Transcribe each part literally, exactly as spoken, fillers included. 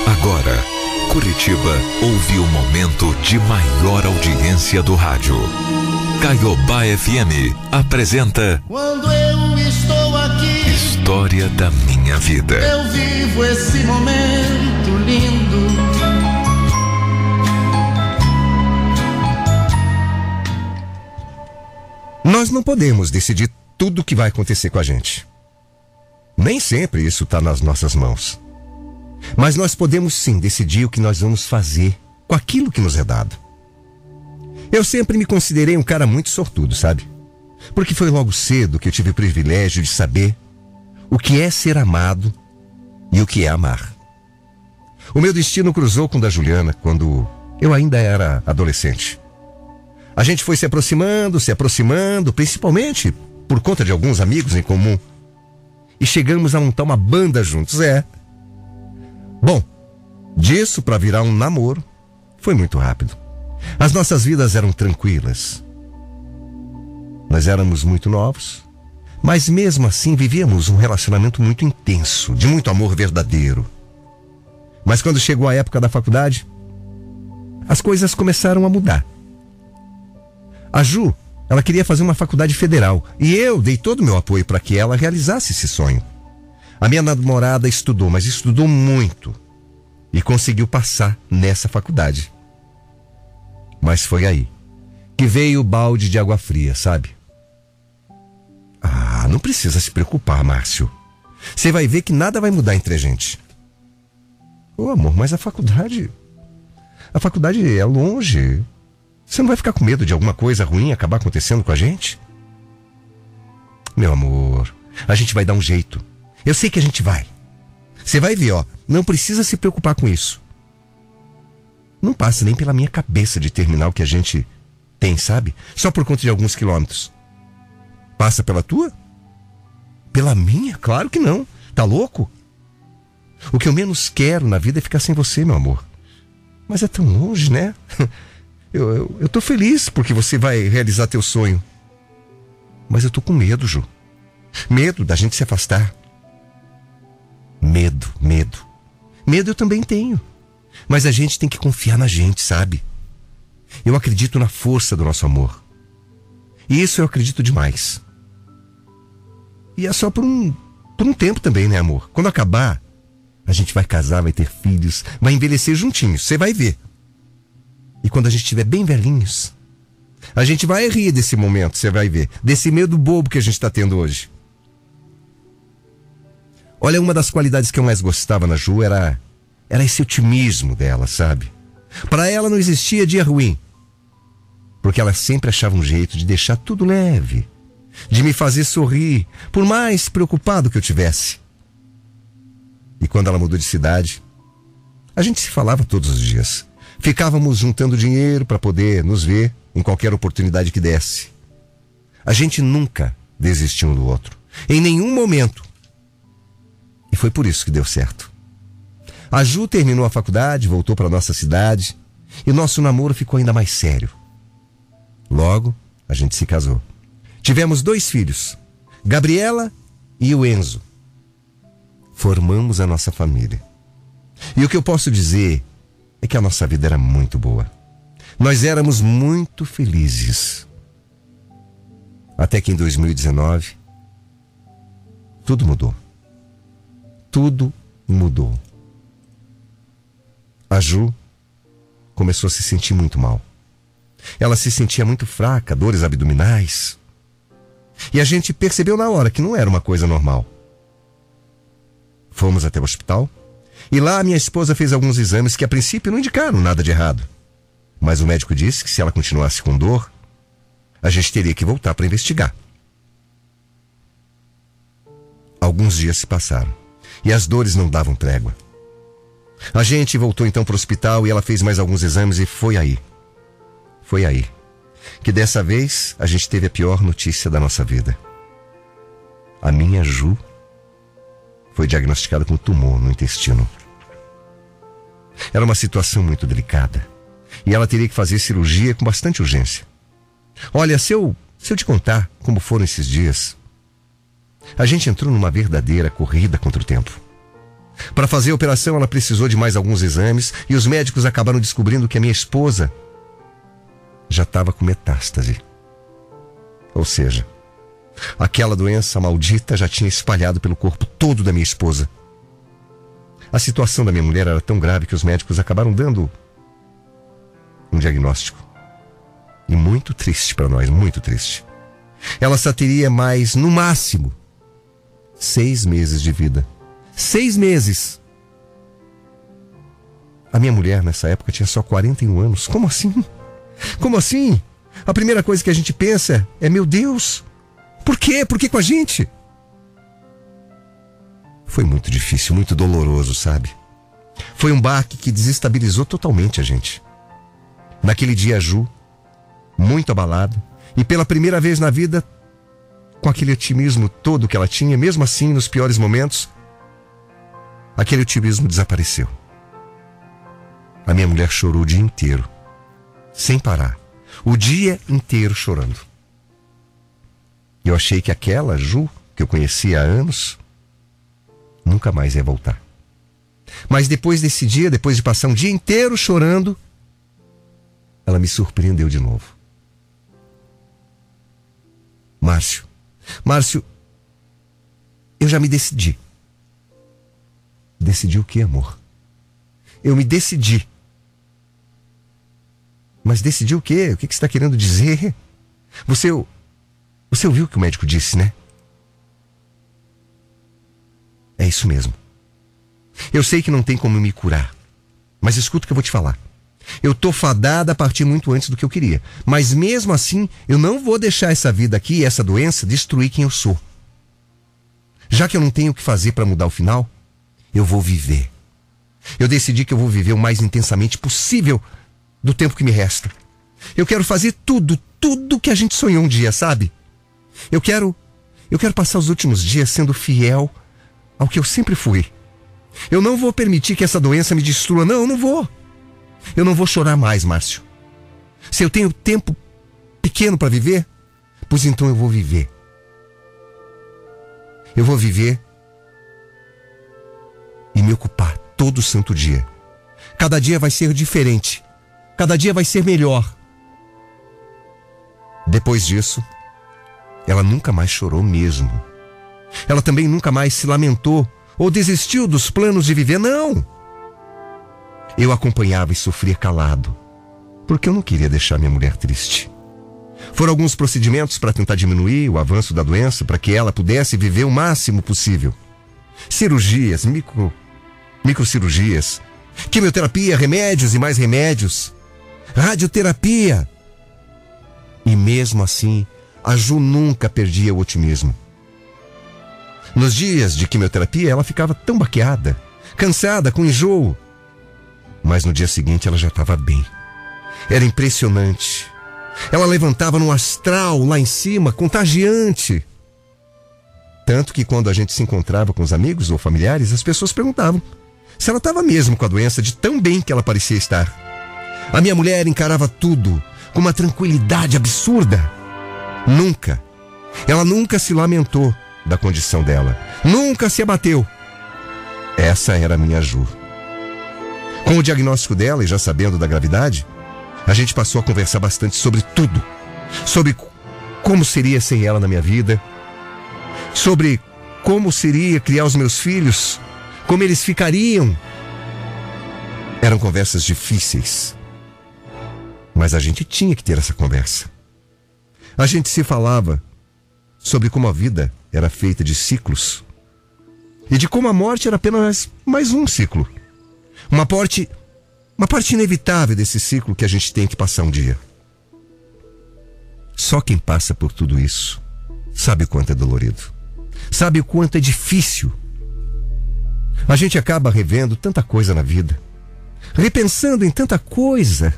Agora, Curitiba ouve o momento de maior audiência do rádio. Caiobá F M apresenta Quando eu estou aqui, História da Minha Vida. Eu vivo esse momento lindo. Nós não podemos decidir tudo o que vai acontecer com a gente. Nem sempre isso está nas nossas mãos. Mas nós podemos sim decidir o que nós vamos fazer com aquilo que nos é dado. Eu sempre me considerei um cara muito sortudo, sabe? Porque foi logo cedo que eu tive o privilégio de saber o que é ser amado e o que é amar. O meu destino cruzou com o da Juliana quando eu ainda era adolescente. A gente foi se aproximando, se aproximando, principalmente por conta de alguns amigos em comum. E chegamos a montar uma banda juntos, é. Bom, disso para virar um namoro, foi muito rápido. As nossas vidas eram tranquilas. Nós éramos muito novos, mas mesmo assim vivíamos um relacionamento muito intenso, de muito amor verdadeiro. Mas quando chegou a época da faculdade, as coisas começaram a mudar. A Ju, ela queria fazer uma faculdade federal e eu dei todo o meu apoio para que ela realizasse esse sonho. A minha namorada estudou, mas estudou muito e conseguiu passar nessa faculdade. Mas foi aí que veio o balde de água fria, sabe? Ah, não precisa se preocupar, Márcio. Você vai ver que nada vai mudar entre a gente. Ô amor, mas a faculdade... A faculdade é longe. Você não vai ficar com medo de alguma coisa ruim acabar acontecendo com a gente? Meu amor, a gente vai dar um jeito. Eu sei que a gente vai. Você vai ver, ó. Não precisa se preocupar com isso. Não passa nem pela minha cabeça de terminar o que a gente tem, sabe? Só por conta de alguns quilômetros. Passa pela tua? Pela minha? Claro que não. Tá louco? O que eu menos quero na vida é ficar sem você, meu amor. Mas é tão longe, né? Eu, eu, eu tô feliz porque você vai realizar teu sonho. Mas eu tô com medo, Ju. Medo da gente se afastar. Medo, medo. Medo eu também tenho. Mas a gente tem que confiar na gente, sabe? Eu acredito na força do nosso amor. E isso eu acredito demais. E é só por um, por um tempo também, né, amor? Quando acabar, a gente vai casar, vai ter filhos, vai envelhecer juntinhos, você vai ver. E quando a gente estiver bem velhinhos, a gente vai rir desse momento, você vai ver. Desse medo bobo que a gente está tendo hoje. Olha, uma das qualidades que eu mais gostava na Ju era, era esse otimismo dela, sabe? Para ela não existia dia ruim. Porque ela sempre achava um jeito de deixar tudo leve. De me fazer sorrir, por mais preocupado que eu tivesse. E quando ela mudou de cidade, a gente se falava todos os dias. Ficávamos juntando dinheiro para poder nos ver em qualquer oportunidade que desse. A gente nunca desistiu um do outro. Em nenhum momento. E foi por isso que deu certo. A Ju terminou a faculdade, voltou para nossa cidade e nosso namoro ficou ainda mais sério. Logo, a gente se casou. Tivemos dois filhos, Gabriela e o Enzo. Formamos a nossa família. E o que eu posso dizer é que a nossa vida era muito boa. Nós éramos muito felizes. Até que em dois mil e dezenove, tudo mudou. Tudo mudou. A Ju começou a se sentir muito mal. Ela se sentia muito fraca, dores abdominais. E a gente percebeu na hora que não era uma coisa normal. Fomos até o hospital e lá minha esposa fez alguns exames que a princípio não indicaram nada de errado. Mas o médico disse que se ela continuasse com dor, a gente teria que voltar para investigar. Alguns dias se passaram e as dores não davam trégua. A gente voltou então para o hospital e ela fez mais alguns exames e foi aí. Foi aí que dessa vez a gente teve a pior notícia da nossa vida. A minha Ju foi diagnosticada com tumor no intestino. Era uma situação muito delicada e ela teria que fazer cirurgia com bastante urgência. Olha, se eu, se eu te contar como foram esses dias, a gente entrou numa verdadeira corrida contra o tempo. Para fazer a operação, ela precisou de mais alguns exames e os médicos acabaram descobrindo que a minha esposa já estava com metástase. Ou seja, aquela doença maldita já tinha espalhado pelo corpo todo da minha esposa. A situação da minha mulher era tão grave que os médicos acabaram dando um diagnóstico. E muito triste para nós, muito triste. Ela só teria mais, no máximo, seis meses de vida. Seis meses! A minha mulher, nessa época, tinha só quarenta e um anos. Como assim? Como assim? A primeira coisa que a gente pensa é, meu Deus, por quê? Por que com a gente? Foi muito difícil, muito doloroso, sabe? Foi um baque que desestabilizou totalmente a gente. Naquele dia, a Ju, muito abalada, e pela primeira vez na vida, com aquele otimismo todo que ela tinha, mesmo assim, nos piores momentos, aquele otimismo desapareceu. A minha mulher chorou o dia inteiro, sem parar, o dia inteiro chorando. Eu achei que aquela Ju, que eu conhecia há anos, nunca mais ia voltar. Mas depois desse dia, depois de passar um dia inteiro chorando, ela me surpreendeu de novo. Márcio, Márcio, eu já me decidi. Decidi o quê, amor? Eu me decidi. Mas decidi o quê? O que você está querendo dizer? Você, você ouviu o que o médico disse, né? É isso mesmo. Eu sei que não tem como me curar, mas escuta o que eu vou te falar. Eu tô fadada a partir muito antes do que eu queria. Mas mesmo assim, eu não vou deixar essa vida aqui, essa doença, destruir quem eu sou. Já que eu não tenho o que fazer para mudar o final, eu vou viver. Eu decidi que eu vou viver o mais intensamente possível do tempo que me resta. Eu quero fazer tudo, tudo que a gente sonhou um dia, sabe? Eu quero, eu quero passar os últimos dias sendo fiel ao que eu sempre fui. Eu não vou permitir que essa doença me destrua. Não, eu não vou. Eu não vou chorar mais, Márcio. Se eu tenho tempo pequeno para viver, pois então eu vou viver. Eu vou viver e me ocupar todo santo dia. Cada dia vai ser diferente. Cada dia vai ser melhor. Depois disso, ela nunca mais chorou mesmo. Ela também nunca mais se lamentou ou desistiu dos planos de viver, não. Eu acompanhava e sofria calado, porque eu não queria deixar minha mulher triste. Foram alguns procedimentos para tentar diminuir o avanço da doença, para que ela pudesse viver o máximo possível. Cirurgias, micro, microcirurgias, quimioterapia, remédios e mais remédios, radioterapia. E mesmo assim, a Ju nunca perdia o otimismo. Nos dias de quimioterapia, ela ficava tão baqueada, cansada, com enjoo. Mas no dia seguinte ela já estava bem. Era impressionante. Ela levantava num astral lá em cima, contagiante. Tanto que quando a gente se encontrava com os amigos ou familiares, as pessoas perguntavam se ela estava mesmo com a doença, de tão bem que ela parecia estar. A minha mulher encarava tudo com uma tranquilidade absurda. Nunca, ela nunca se lamentou da condição dela. Nunca se abateu. Essa era a minha Ju. Com o diagnóstico dela e já sabendo da gravidade, a gente passou a conversar bastante sobre tudo. Sobre como seria sem ela na minha vida. Sobre como seria criar os meus filhos. Como eles ficariam. Eram conversas difíceis. Mas a gente tinha que ter essa conversa. A gente se falava sobre como a vida era feita de ciclos. E de como a morte era apenas mais um ciclo. Uma parte, uma parte inevitável desse ciclo que a gente tem que passar um dia. Só quem passa por tudo isso sabe o quanto é dolorido. Sabe o quanto é difícil. A gente acaba revendo tanta coisa na vida. Repensando em tanta coisa.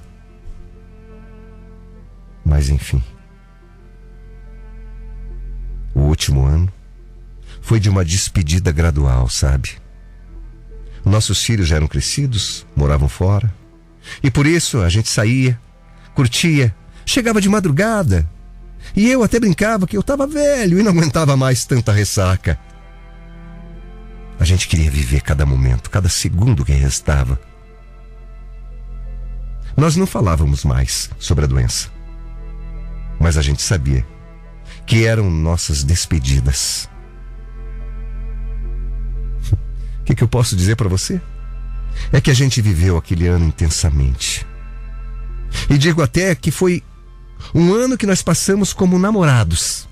Mas enfim. O último ano foi de uma despedida gradual, sabe? Nossos filhos já eram crescidos, moravam fora. E por isso a gente saía, curtia, chegava de madrugada. E eu até brincava que eu estava velho e não aguentava mais tanta ressaca. A gente queria viver cada momento, cada segundo que restava. Nós não falávamos mais sobre a doença, mas a gente sabia que eram nossas despedidas. O que, que eu posso dizer para você? É que a gente viveu aquele ano intensamente. E digo até que foi um ano que nós passamos como namorados.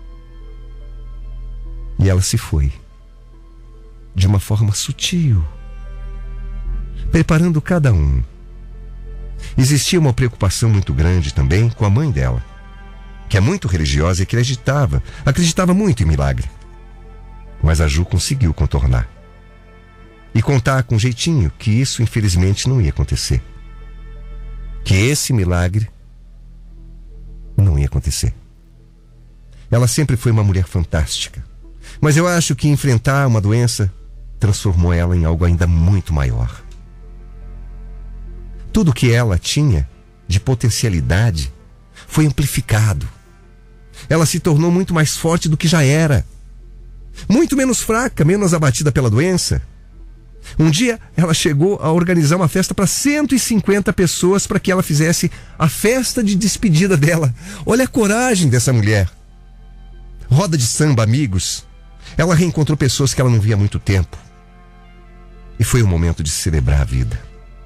E ela se foi de uma forma sutil, preparando cada um. Existia uma preocupação muito grande também com a mãe dela, que é muito religiosa e acreditava, acreditava muito em milagre. Mas a Ju conseguiu contornar e contar com jeitinho que isso infelizmente não ia acontecer. Que esse milagre não ia acontecer. Ela sempre foi uma mulher fantástica, mas eu acho que enfrentar uma doença transformou ela em algo ainda muito maior. Tudo que ela tinha de potencialidade foi amplificado. Ela se tornou muito mais forte do que já era. Muito menos fraca, menos abatida pela doença. Um dia ela chegou a organizar uma festa para cento e cinquenta pessoas para que ela fizesse a festa de despedida dela. Olha a coragem dessa mulher. Roda de samba, amigos. Ela reencontrou pessoas que ela não via há muito tempo. E foi um momento de celebrar a vida.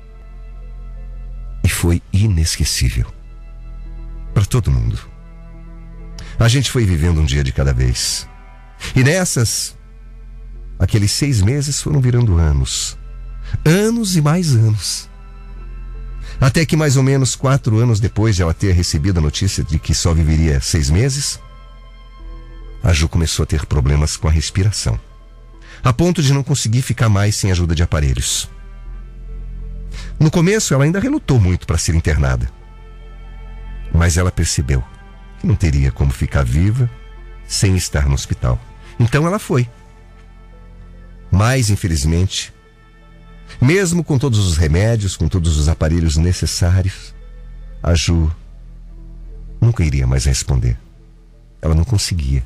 E foi inesquecível para todo mundo. A gente foi vivendo um dia de cada vez. E nessas, aqueles seis meses foram virando anos. Anos e mais anos. Até que mais ou menos quatro anos depois de ela ter recebido a notícia de que só viveria seis meses, a Ju começou a ter problemas com a respiração, a ponto de não conseguir ficar mais sem ajuda de aparelhos. No começo ela ainda relutou muito para ser internada, mas ela percebeu que não teria como ficar viva sem estar no hospital. Então ela foi. Mas infelizmente, mesmo com todos os remédios, com todos os aparelhos necessários, a Ju nunca iria mais responder. Ela não conseguia.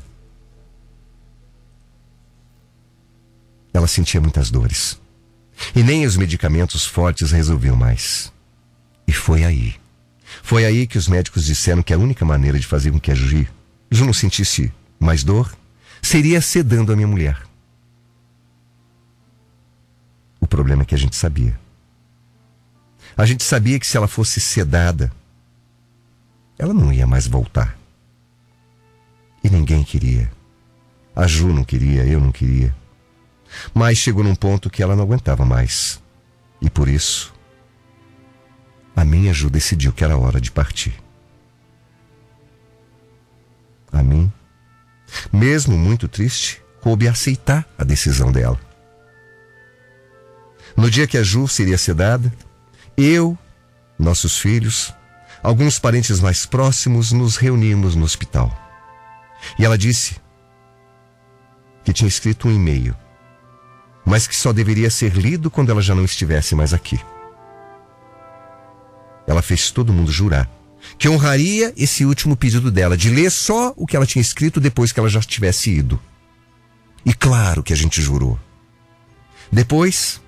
Ela sentia muitas dores. E nem os medicamentos fortes resolviam mais. E foi aí. Foi aí que os médicos disseram que a única maneira de fazer com que a Ju, Ju não sentisse mais dor seria sedando a minha mulher. O problema é que a gente sabia. A gente sabia que se ela fosse sedada, ela não ia mais voltar. E ninguém queria. A Ju não queria, eu não queria. Mas chegou num ponto que ela não aguentava mais. E por isso, a minha Ju decidiu que era hora de partir. A mim, mesmo muito triste, coube aceitar a decisão dela. No dia que a Ju seria sedada, eu, nossos filhos, alguns parentes mais próximos, nos reunimos no hospital. E ela disse que tinha escrito um e-mail, mas que só deveria ser lido quando ela já não estivesse mais aqui. Ela fez todo mundo jurar que honraria esse último pedido dela, de ler só o que ela tinha escrito depois que ela já tivesse ido. E claro que a gente jurou. Depois,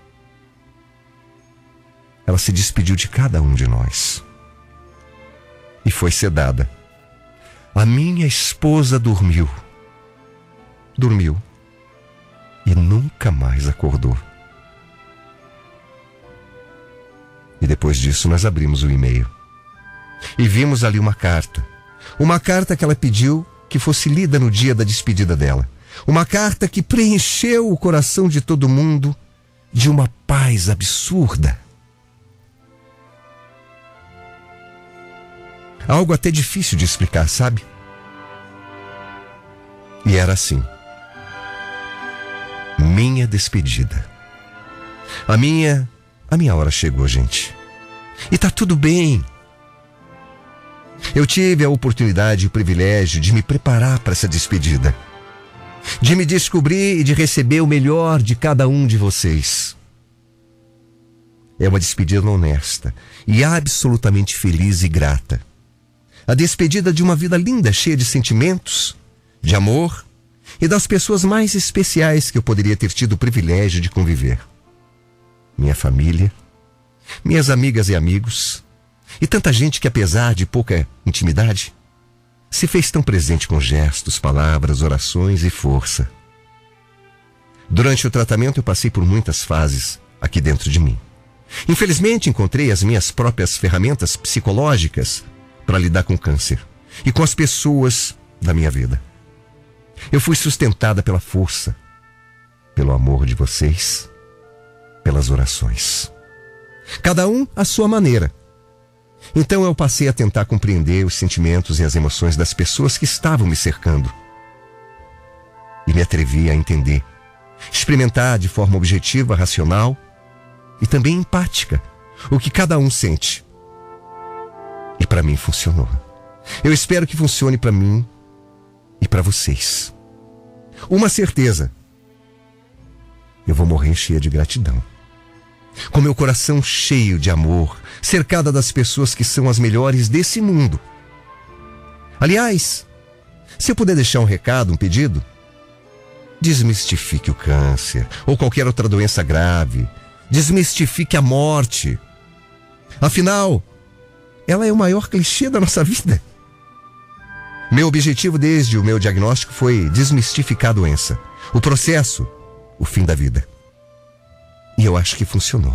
ela se despediu de cada um de nós. E foi sedada. A minha esposa dormiu. Dormiu. E nunca mais acordou. E depois disso nós abrimos o e-mail. E vimos ali uma carta. Uma carta que ela pediu que fosse lida no dia da despedida dela. Uma carta que preencheu o coração de todo mundo de uma paz absurda. Algo até difícil de explicar, sabe? E era assim. Minha despedida. A minha... A minha hora chegou, gente. E tá tudo bem. Eu tive a oportunidade e o privilégio de me preparar para essa despedida. De me descobrir e de receber o melhor de cada um de vocês. É uma despedida honesta e absolutamente feliz e grata. A despedida de uma vida linda, cheia de sentimentos, de amor e das pessoas mais especiais que eu poderia ter tido o privilégio de conviver. Minha família, minhas amigas e amigos, e tanta gente que, apesar de pouca intimidade, se fez tão presente com gestos, palavras, orações e força. Durante o tratamento eu passei por muitas fases aqui dentro de mim. Infelizmente encontrei as minhas próprias ferramentas psicológicas para lidar com o câncer e com as pessoas da minha vida. Eu fui sustentada pela força, pelo amor de vocês, pelas orações. Cada um à sua maneira. Então eu passei a tentar compreender os sentimentos e as emoções das pessoas que estavam me cercando. E me atrevi a entender, experimentar de forma objetiva, racional e também empática o que cada um sente. E para mim funcionou. Eu espero que funcione para mim e para vocês. Uma certeza: eu vou morrer cheia de gratidão, com meu coração cheio de amor, cercada das pessoas que são as melhores desse mundo. Aliás, se eu puder deixar um recado, um pedido, desmistifique o câncer ou qualquer outra doença grave. Desmistifique a morte. Afinal, ela é o maior clichê da nossa vida. Meu objetivo desde o meu diagnóstico foi desmistificar a doença, o processo, o fim da vida. E eu acho que funcionou.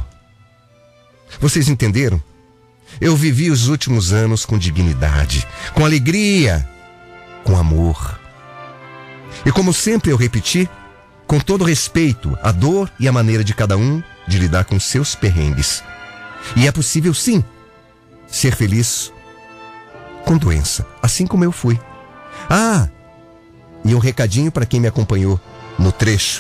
Vocês entenderam? Eu vivi os últimos anos com dignidade, com alegria, com amor. E como sempre eu repeti, com todo respeito à dor e à maneira de cada um de lidar com seus perrengues. E é possível, sim, ser feliz com doença, assim como eu fui. Ah, e um recadinho para quem me acompanhou no trecho.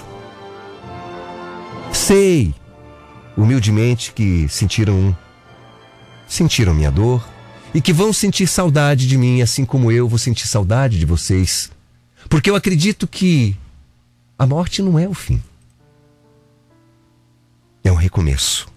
Sei, humildemente, que sentiram, sentiram minha dor e que vão sentir saudade de mim, assim como eu vou sentir saudade de vocês. Porque eu acredito que a morte não é o fim. É um recomeço.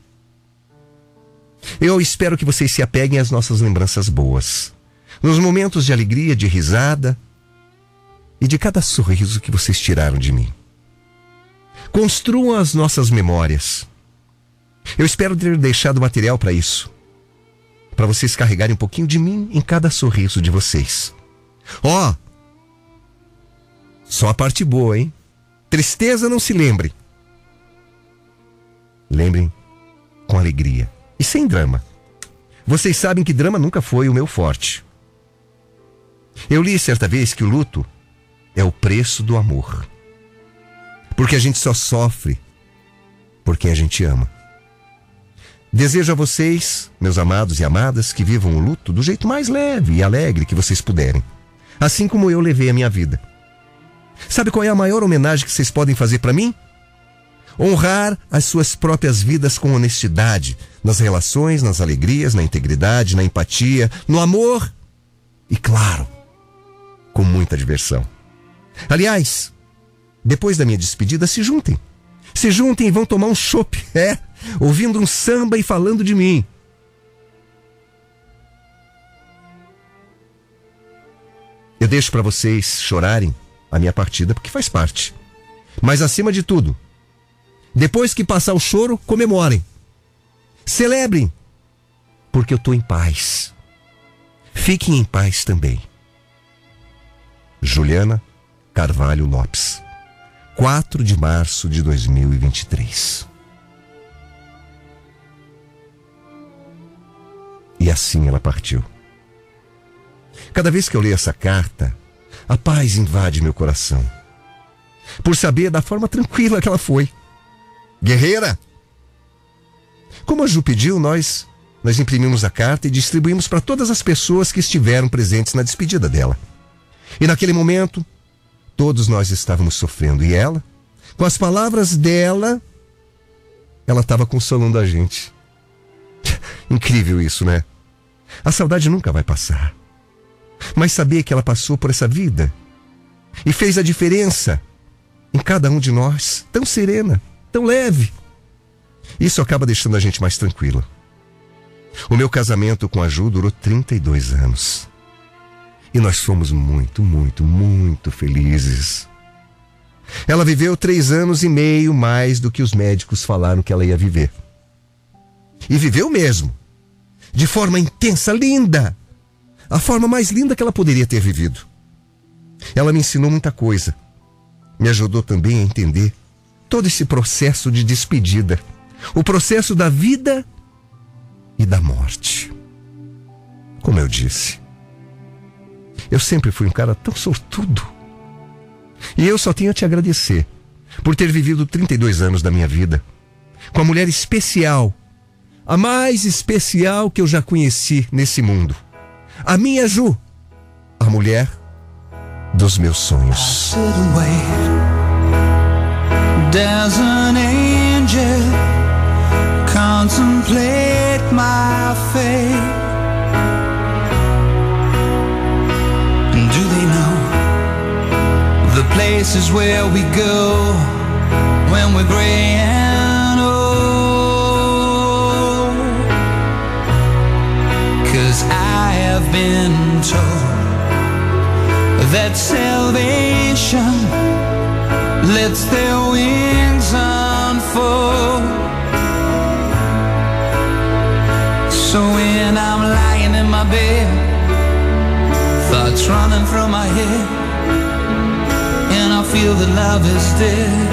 Eu espero que vocês se apeguem às nossas lembranças boas, nos momentos de alegria, de risada e de cada sorriso que vocês tiraram de mim. Construam as nossas memórias. Eu espero ter deixado material para isso, para vocês carregarem um pouquinho de mim em cada sorriso de vocês. Ó, oh, só a parte boa, hein? Tristeza não se lembre. Lembrem com alegria e sem drama. Vocês sabem que drama nunca foi o meu forte. Eu li certa vez que o luto é o preço do amor. Porque a gente só sofre por quem a gente ama. Desejo a vocês, meus amados e amadas, que vivam o luto do jeito mais leve e alegre que vocês puderem. Assim como eu levei a minha vida. Sabe qual é a maior homenagem que vocês podem fazer para mim? Honrar as suas próprias vidas com honestidade, nas relações, nas alegrias, na integridade, na empatia, no amor e, claro, com muita diversão. Aliás, depois da minha despedida, se juntem. Se juntem e vão tomar um chopp, é, ouvindo um samba e falando de mim. Eu deixo para vocês chorarem a minha partida, porque faz parte. Mas acima de tudo, depois que passar o choro, comemorem. Celebrem, porque eu estou em paz. Fiquem em paz também. Juliana Carvalho Lopes, quatro de março de dois mil e vinte e três. E assim ela partiu. Cada vez que eu leio essa carta, a paz invade meu coração, por saber da forma tranquila que ela foi. Guerreira! Como a Ju pediu, nós, nós imprimimos a carta e distribuímos para todas as pessoas que estiveram presentes na despedida dela. E naquele momento, todos nós estávamos sofrendo. E ela, com as palavras dela, ela estava consolando a gente. Incrível isso, né? A saudade nunca vai passar. Mas saber que ela passou por essa vida e fez a diferença em cada um de nós, tão serena, tão leve, isso acaba deixando a gente mais tranquila. O meu casamento com a Ju durou trinta e dois anos. E nós fomos muito, muito, muito felizes. Ela viveu três anos e meio mais do que os médicos falaram que ela ia viver. E viveu mesmo. De forma intensa, linda. A forma mais linda que ela poderia ter vivido. Ela me ensinou muita coisa. Me ajudou também a entender todo esse processo de despedida. O processo da vida e da morte. Como eu disse, eu sempre fui um cara tão sortudo. E eu só tenho a te agradecer por ter vivido trinta e dois anos da minha vida com a mulher especial, a mais especial que eu já conheci nesse mundo. A minha Ju, a mulher dos meus sonhos. There's an angel, contemplate my fate. Do they know the places where we go when we're gray and old? 'Cause I have been told that salvation lets their wings unfold. So when I'm lying in my bed, thoughts running through my head, and I feel that love is dead,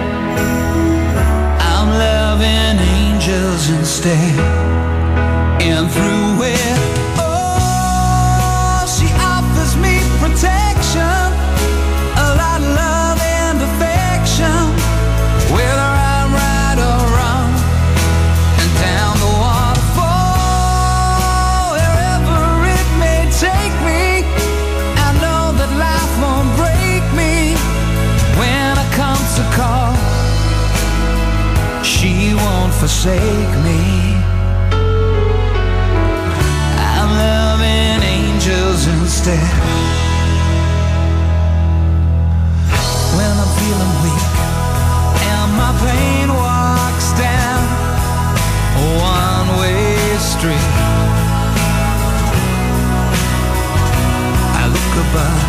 I'm loving angels instead. And through it, oh, she offers me protection, a lot of love and affection, whether I'm right or wrong, and down the waterfall, wherever it may take me, I know that life won't break me. When I come to call, she won't forsake me. I'm loving angels instead. When I'm feeling weak and my pain walks down a one-way street, I look above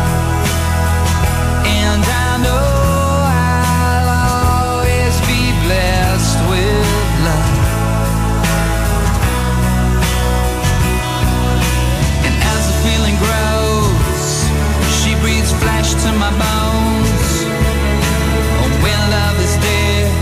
and I know I'll always be blessed with love. And as the feeling grows, she breathes flesh to my bones. When love is dead,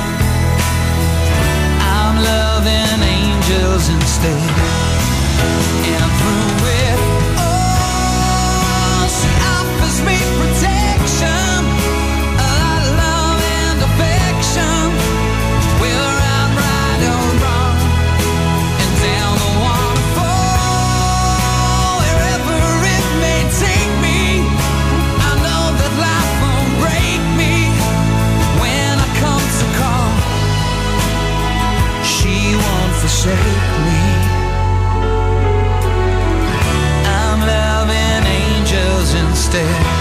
I'm loving angels instead. And through it, oh, she offers me protection, a lot of love and affection, whether I'm right or wrong, and down the waterfall, wherever it may take me, I know that life won't break me. When I come to call, she won't forsake me. I'm loving angels instead.